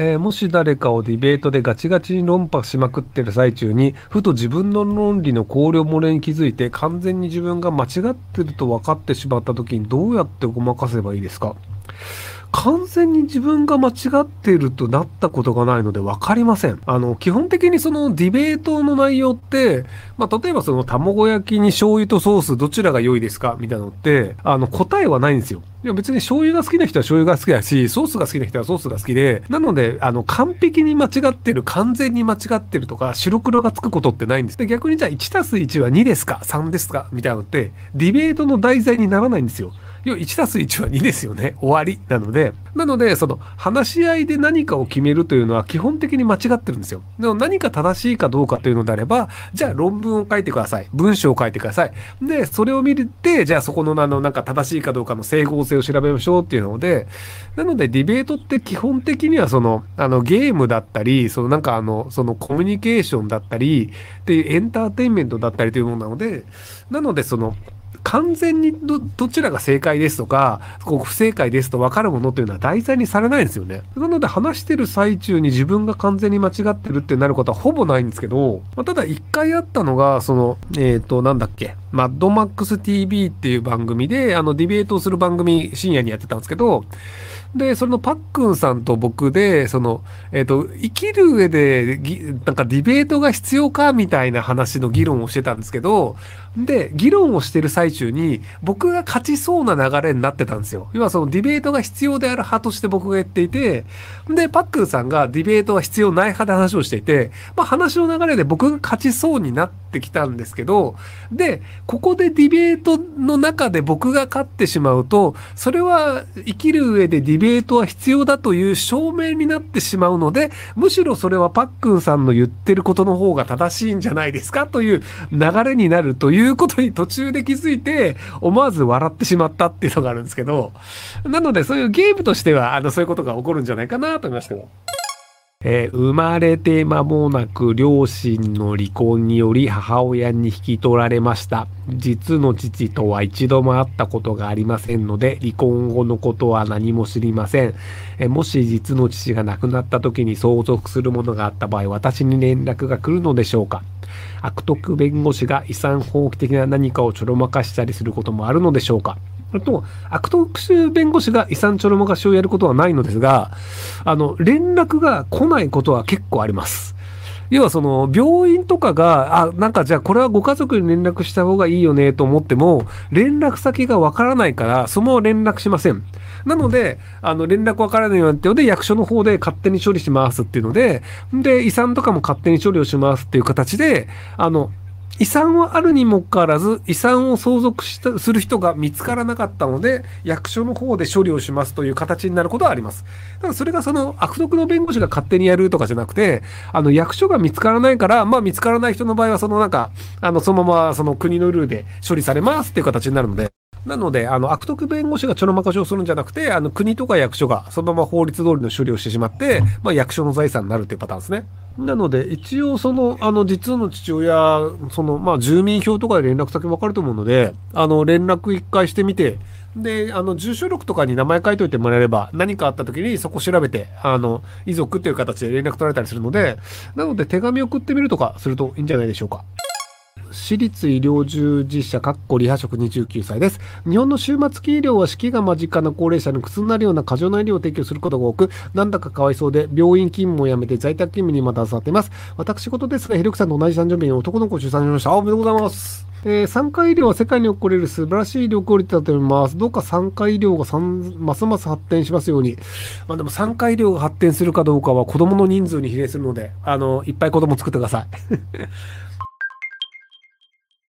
もし誰かをディベートでガチガチに論破しまくってる最中に、ふと自分の論理の考慮漏れに気づいて、完全に自分が間違ってると分かってしまった時にどうやってごまかせばいいですか？完全に自分が間違っているとなったことがないので分かりません。基本的にそのディベートの内容って、例えばその卵焼きに醤油とソースどちらが良いですかみたいなのって、答えはないんですよ。いや別に醤油が好きな人は醤油が好きだし、ソースが好きな人はソースが好きで、なので、完璧に間違ってる、完全に間違ってるとか、白黒がつくことってないんです。で、逆にじゃあ1たす1は2ですか ?3 ですかみたいなのって、ディベートの題材にならないんですよ。要は1たす1は2ですよね。終わり。なので、その話し合いで何かを決めるというのは基本的に間違ってるんですよ。でも何か正しいかどうかというのであれば、じゃあ論文を書いてください。文章を書いてください。で、それを見て、じゃあそこのなんか正しいかどうかの整合性を調べましょうっていうので、なのでディベートって基本的にはゲームだったり、そのコミュニケーションだったり、っていうエンターテインメントだったりというものなので、完全にどちらが正解ですとか、不正解ですと分かるものというのは題材にされないんですよね。なので話してる最中に自分が完全に間違ってるってなることはほぼないんですけど、ただ一回あったのが、なんだっけ、マッドマックス TV っていう番組で、ディベートをする番組深夜にやってたんですけど、で、そのパックンさんと僕で、生きる上でなんかディベートが必要かみたいな話の議論をしてたんですけど、で、議論をしてる最中に、僕が勝ちそうな流れになってたんですよ。要はそのディベートが必要である派として僕が言っていて、で、パックンさんがディベートは必要ない派で話をしていて、話の流れで僕が勝ちそうになってきたんですけど、で、ここでディベートの中で僕が勝ってしまうと、それは生きる上でディベートは必要だという証明になってしまうので、むしろそれはパックンさんの言ってることの方が正しいんじゃないですかという流れになるということに途中で気づいて、思わず笑ってしまったっていうのがあるんですけど、なのでそういうゲームとしては、そういうことが起こるんじゃないかなと思いましたけど。生まれて間もなく両親の離婚により母親に引き取られました。実の父とは一度も会ったことがありませんので、離婚後のことは何も知りません。もし実の父が亡くなった時に相続するものがあった場合、私に連絡が来るのでしょうか？悪徳弁護士が遺産放棄的な何かをちょろまかしたりすることもあるのでしょうか？悪徳弁護士が遺産ちょろまかしをやることはないのですが、連絡が来ないことは結構あります。要は病院とかが、なんかじゃあこれはご家族に連絡した方がいいよねと思っても、連絡先がわからないから、そのまま連絡しません。なので、連絡わからないよっていうので、役所の方で勝手に処理しますっていうので、遺産とかも勝手に処理をしますっていう形で、遺産はあるにもかかわらず、遺産を相続する人が見つからなかったので、役所の方で処理をしますという形になることはあります。ただそれが悪徳の弁護士が勝手にやるとかじゃなくて、役所が見つからないから、見つからない人の場合は、そのまま国のルールで処理されますっていう形になるので、悪徳弁護士がちょろまかしをするんじゃなくて、国とか役所がそのまま法律通りの処理をしてしまって、役所の財産になるっていうパターンですね。なので、一応実の父親、住民票とかで連絡先分かると思うので、連絡一回してみて、で、住所録とかに名前書いといてもらえれば、何かあった時にそこ調べて、遺族っていう形で連絡取られたりするので、なので手紙送ってみるとかするといいんじゃないでしょうか。私立医療従事者離破職29歳です。日本の終末期医療は死期が間近な高齢者に苦痛になるような過剰な医療を提供することが多く、なんだかかわいそうで、病院勤務を辞めて在宅勤務にまた携わっています。私事ですが、ヘルクさんと同じ誕生日に男の子を出産しました。おめでとうございます。産科医療は世界に誇れる素晴らしい医療クオリティだと思います。どうか産科医療がますます発展しますように。でも産科医療が発展するかどうかは子供の人数に比例するので、いっぱい子供作ってください。